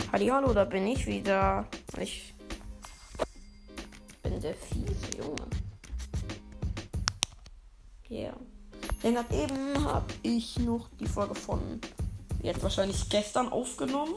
Hallo, da bin ich wieder. Ich bin der fiese Junge. Ja. Yeah. Denn gerade eben habe ich noch die Folge von jetzt wahrscheinlich gestern aufgenommen.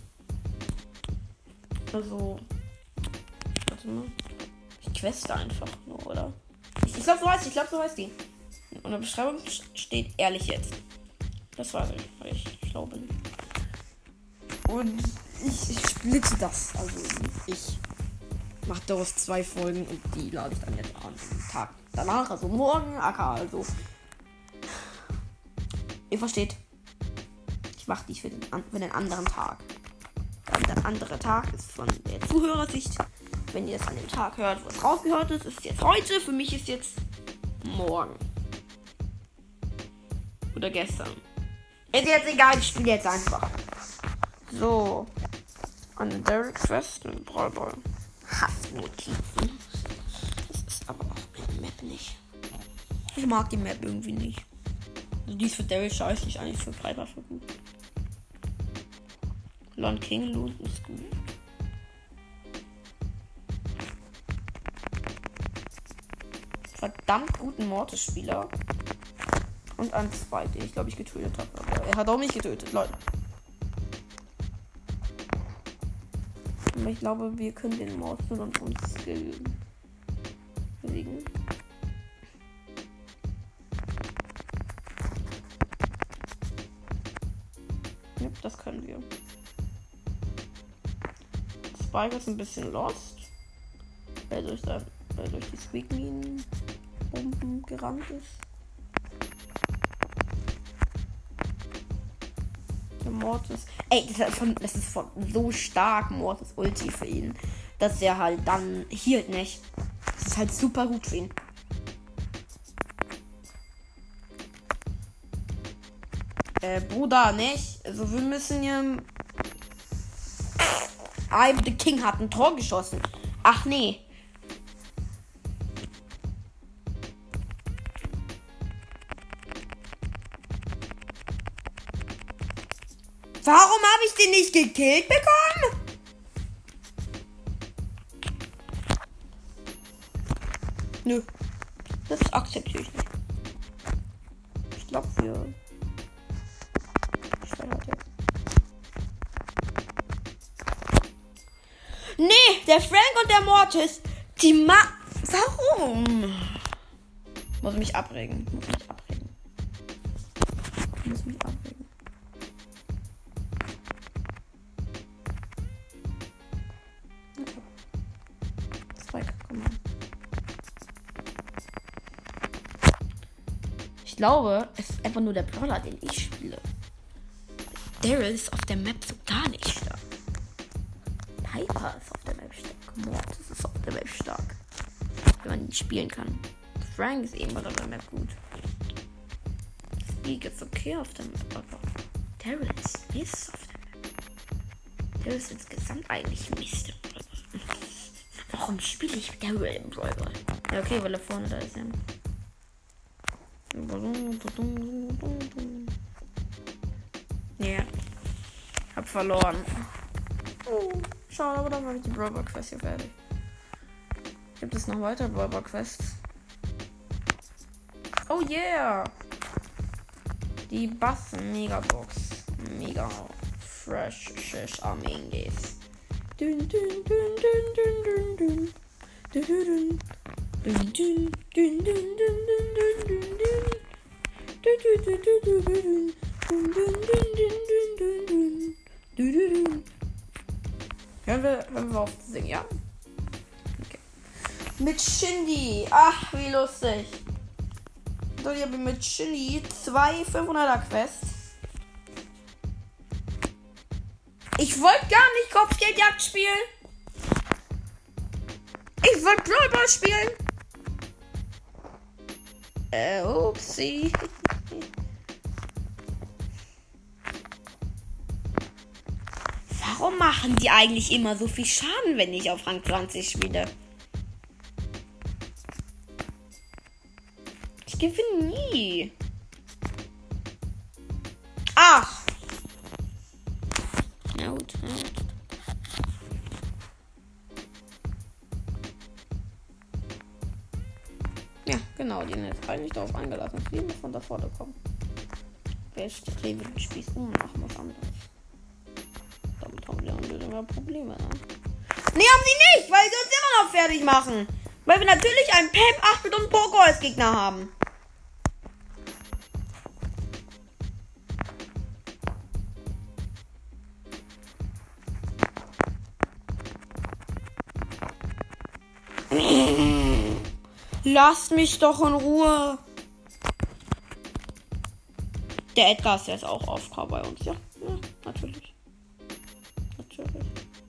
Also, warte mal. Ich queste einfach nur, oder? Ich glaube, so heißt die. In der Beschreibung steht ehrlich jetzt. Das weiß ich, weil ich schlau bin. Und ich splitte das. Also ich mache daraus 2 Folgen und die lade ich dann jetzt an den Tag danach, also morgen, also. Ihr versteht. Ich mache die für den anderen Tag. Der andere Tag ist von der Zuhörersicht. Wenn ihr es an dem Tag hört, wo es rausgehört ist, ist jetzt heute. Für mich ist jetzt morgen. Oder gestern. Ist jetzt egal, ich spiele jetzt einfach. So. An der Quest im Brawlball. Hassnotizen. Das ist aber auch meine Map nicht. Ich mag die Map irgendwie nicht. Also die ist für Daryl scheiße, ich eigentlich für Piper für gut. Lon King Loot ist gut. Verdammt guten Mortis-Spieler. Und einen zweiten, den ich glaube ich getötet habe. Aber er hat auch mich getötet, Leute. Aber ich glaube, wir können den Mortis und uns besiegen. Ja, das können wir. Spike ist ein bisschen lost. Weil durch die Squeak-Minen-Bomben gerannt ist. Der Mortis. Ey, das ist von so stark Mortis Ulti für ihn. Dass er halt dann hielt nicht. Das ist halt super gut für ihn. Bruder, nicht? Also wir müssen ja. The King hat ein Tor geschossen. Ach nee. Warum habe ich den nicht gekillt bekommen? Nö. Das akzeptiere ich nicht. Ich glaube, wir. Nee, der Frank und der Mortis. Warum? Muss mich abregen. Okay. 2, komm mal. Ich glaube, es ist einfach nur der Brawler, den ich spiele. Daryl ist auf der Map so gar nicht stark. Piper ist auf der Map stark. Mortis ist auf der Map stark. Wenn man ihn spielen kann. Frank ist eben auf der Map gut. Sneak ist okay auf der Map, aber Daryl ist Mist auf der Map. Daryl ist insgesamt eigentlich Mist im Brawlball. Warum spiele ich Daryl im Brawlball? Ja, okay, weil er vorne da ist. Ja. Hab verloren. Schade, aber dann war ich die Brawlball Quest hier fertig. Gibt es noch weitere Brawlball Quests? Oh yeah! Die Bass Megabox. Mega fresh Shish Armengis. Dün dün dün dün dün dün dün dün dün dün dün dün dün dün dün dün. Hören wir auf zu singen, ja? Okay. Mit Shindy. Ach, wie lustig. So, ich habe mit Shindy 2 500er Quests. Ich wollte gar nicht Kopfgeldjagd spielen. Ich wollte Brawlball spielen. Upsi. Warum machen die eigentlich immer so viel Schaden, wenn ich auf Rang 20 spiele? Ich gewinne nie. Ach. Na gut. die sind jetzt eigentlich darauf eingelassen, dass wir immer von da vorne kommen. Jetzt drehen wir den Spieß um und machen was anderes. Damit haben wir immer Probleme, ne? Nee, haben sie nicht, weil sie uns immer noch fertig machen. Weil wir natürlich einen Pep, Achtel und Poco als Gegner haben. Lasst mich doch in Ruhe. Der Edgar ist jetzt auch Aufgabe bei uns, ja? Ja, natürlich. Natürlich.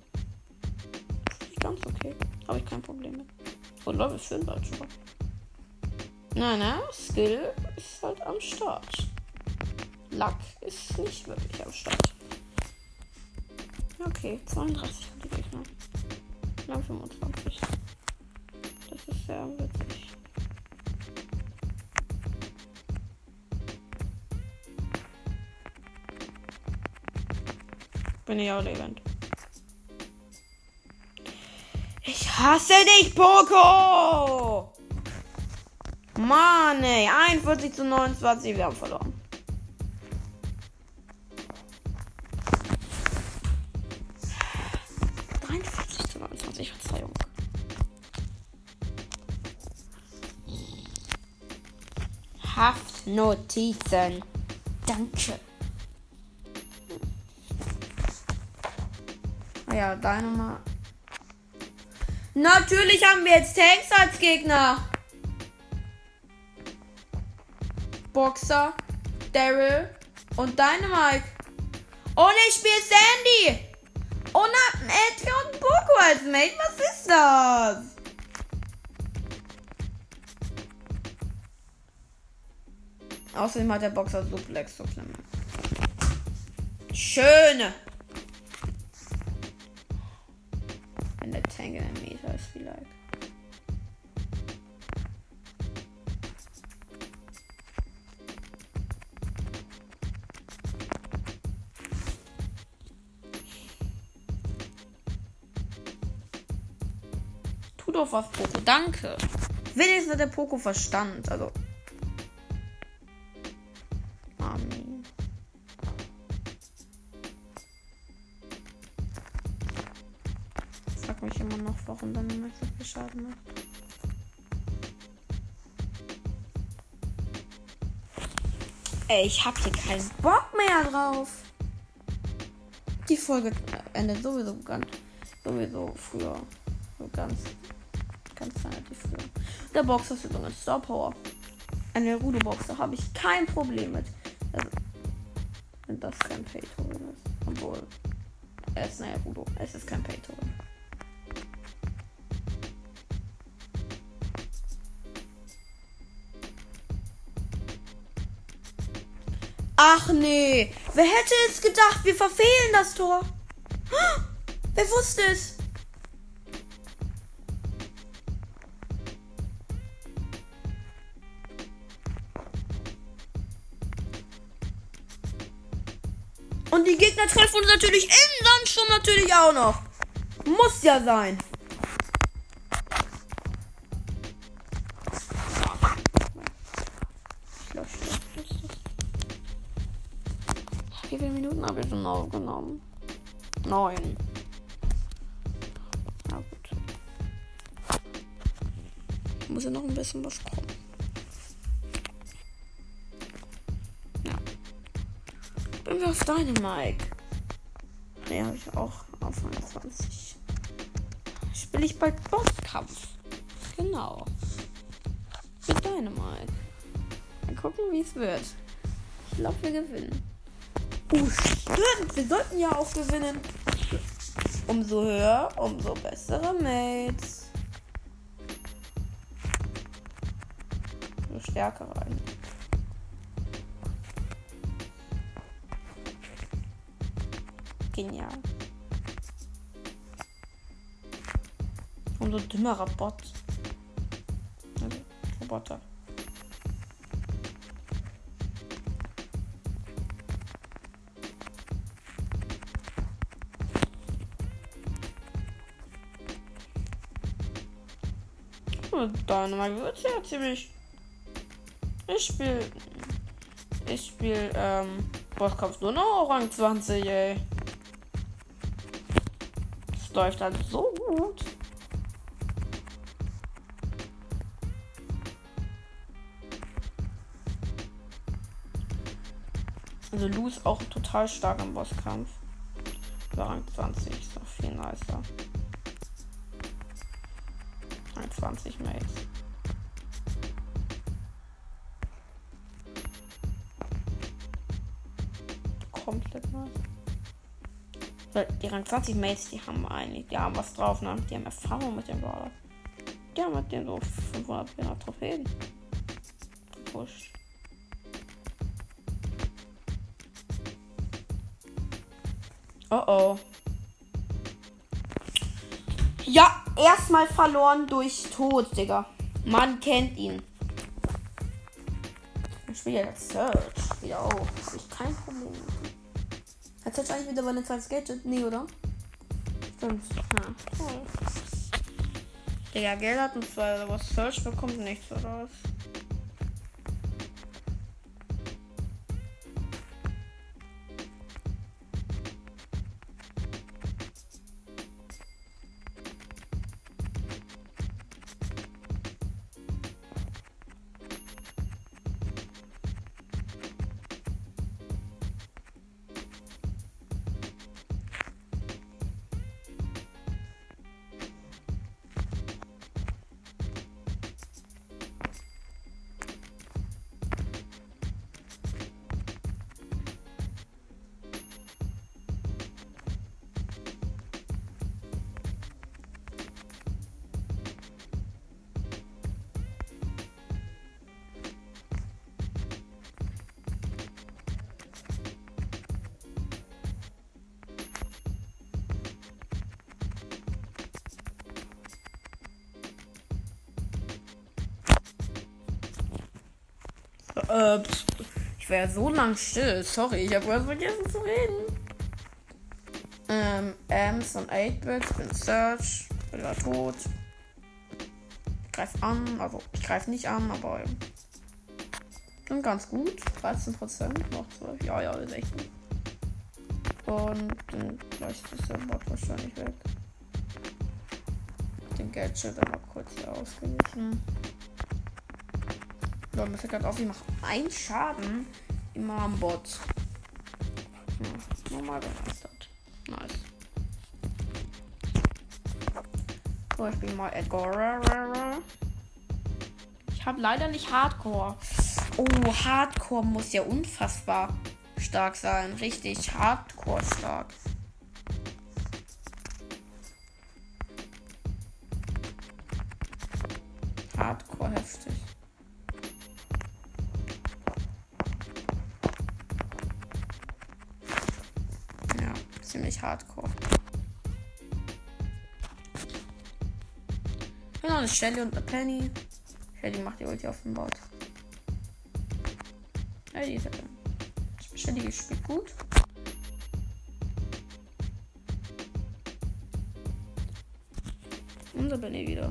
Ganz okay. Habe ich kein Problem mit. Und Leute, wir führen bald schon. Na, Skill ist halt am Start. Luck ist nicht wirklich am Start. Okay, 32 haben die Gegner. Wir haben 25. Das ist sehr witzig. Bin ich auch lebend. Ich hasse dich, Poco! Mann, ey. 41-29, wir haben verloren. Verzeihung. Haftnotizen. Danke. Ja, deine mal. Natürlich haben wir jetzt Tanks als Gegner. Boxer, Daryl und Dynamite. Und ich spiele Sandy. Und Edgar und Poco als Mate. Was ist das? Außerdem hat der Boxer Suplex so schlimm. Schöne. Wenn der Tank in der Meter ist vielleicht. Tu doch was, Poco. Danke. Wenigstens hat der Poco Verstand. Also. Amen. Sag mich immer noch, warum dann nicht so viel Schaden macht. Ey, ich hab hier keinen Bock mehr drauf. Die Folge endet sowieso früher. So ganz relativ früher. Der Boxer ist übrigens Star Power. Eine Rudo-Boxer habe ich kein Problem mit. Also, wenn das kein Pay-to-Win ist. Obwohl, es ist naja Rudo. Es ist kein Pay-to-Win. Ach nee, wer hätte es gedacht, wir verfehlen das Tor? Wer wusste es? Und die Gegner treffen uns natürlich im Sandsturm natürlich auch noch. Muss ja sein. Wie viele Minuten habe ich schon aufgenommen? 9. Na gut. Muss ja noch ein bisschen was kommen. Ja. Bin wir auf Dynamite. Ja, habe ich auch auf 21. Spiele ich bald Bosskampf. Genau. Mit Dynamite. Mal gucken, wie es wird. Ich glaube, wir gewinnen. Stimmt, wir sollten ja auch gewinnen. Umso höher, umso bessere Mates. So stärker rein. Genial. Umso dümmerer Bot. Also, Roboter. Dynamite wird ja ziemlich Ich spiel, Bosskampf nur noch Rang 20, ey. Das läuft halt so gut. Also Lu ist auch total stark im Bosskampf. Bei Rang 20 ist noch viel nicer. Rang 20 Mates. Komplett nice. Weil die Rang 20 Mates, die haben was drauf, ne? Die haben Erfahrung mit dem Brawler. Die haben mit dem so 500 Trophäen gepusht. Oh. Ja, erstmal verloren durch Tod, Digga. Man kennt ihn. Ich spiele ja das Search wieder auf. Das ist kein Problem. Hat Search eigentlich wieder bei einem zweites Gadget? Nee, oder? Stimmt. Ja. Toll. Digga, Geld hat und zwar, aber Search bekommt nichts, oder was? Ich war ja so lang still. Sorry, ich habe ganz vergessen zu reden. Ems und 8-Bit, bin Search, bin da tot. Ich greife an, also ich greife nicht an, aber bin ganz gut. 13%, noch 12. Ja, ist echt gut. Und dann gleich ist der Bot wahrscheinlich weg. Den Gadget einmal kurz hier ausgewichen. So, mir fällt gerade auf, ich mache einen Schaden immer am Bot. Normal begeistert. Nice. So, ich bin mal Edgar. Ich habe leider nicht Hardcore. Oh, Hardcore muss ja unfassbar stark sein. Richtig Hardcore stark. Hardcore heftig. Ziemlich hardcore. Genau, eine Shelly und eine Penny. Shelly macht die Ulti auf den Bot. Ja, die ist Shelly spielt gut. Und da bin ich wieder.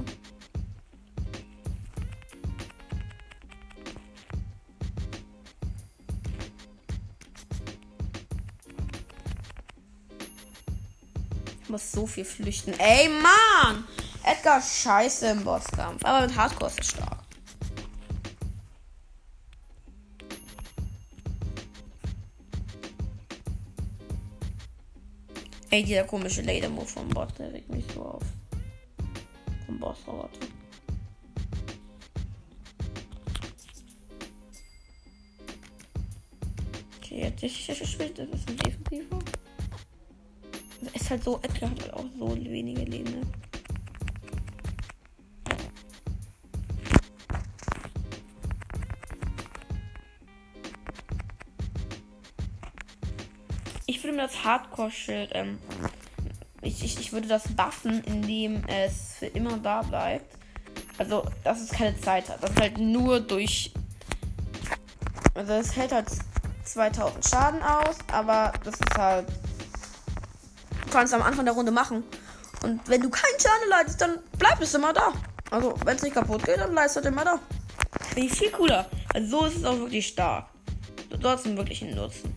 Ich muss so viel flüchten. Ey, Mann! Edgar scheiße im Bosskampf. Aber mit Hardcore ist er stark. Ey, dieser komische Laser-Move vom Bot, der regt mich so auf. Vom Boss-Roboter. Okay, jetzt spielt das ein Defensiver. Ist halt so, Edgar hat halt auch so wenige Leben, ne? Ich würde mir das Hardcore-Schild, ich würde das buffen, indem es für immer da bleibt. Also, dass es keine Zeit hat. Das ist halt nur durch. Also, es hält halt 2000 Schaden aus, aber das ist halt. Du kannst am Anfang der Runde machen. Und wenn du keinen Schaden leidest, dann bleibt es immer da. Also, wenn es nicht kaputt geht, dann bleibt es halt immer da. Finde ich viel cooler. Also so ist es auch wirklich stark. Du hast einen wirklichen Nutzen.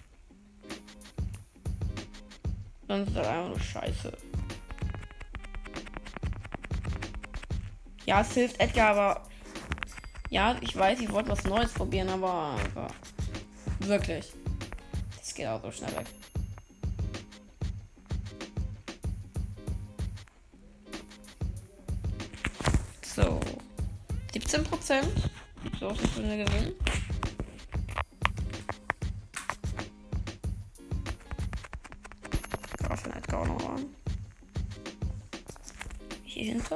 Sonst ist das einfach nur scheiße. Ja, es hilft Edgar, aber... Ja, ich weiß, ich wollte was Neues probieren, aber wirklich. Das geht auch so schnell weg. So. 17%. So ist das eine Gewinn. Greifen Edgar auch noch an. Hier hinter.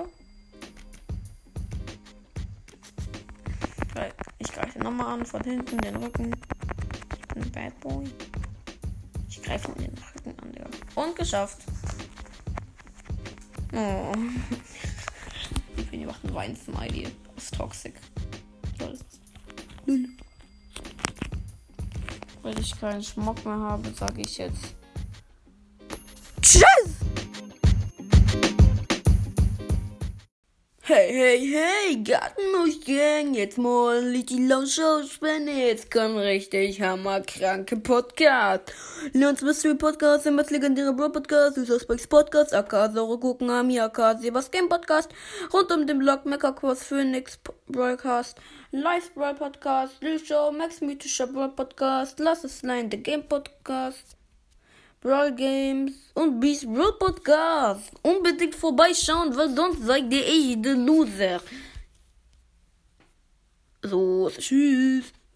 Ich greife nochmal an, von hinten, den Rücken. Ich bin ein Bad Boy. Ich greife den Rücken an, Digga. Und geschafft. Oh. Ich bin gemacht ein Wein-Smiley. Das ist toxic. Toll. Weil ich keinen Schmuck mehr habe, sage ich jetzt. Tschüss! Hey, Gartenmuscheln, jetzt mal die Lausche spenden. Jetzt kommt richtig hammerkranke Podcast. Leons Mystery Podcast, der most legendäre Bro Podcast, User Spikes Podcast, AK Saure Gucken, Ami, AK Sebas Game Podcast, rund um den Blog Mecha-Kurs, Phoenix Broadcast, Live Brawl Podcast, Lil Show, Max Mythischer Brawl Podcast, Lass es Line, The Game Podcast, Brawl Games und Beast Brawl Podcast. Unbedingt vorbeischauen, weil sonst seid ihr der Loser. So, tschüss.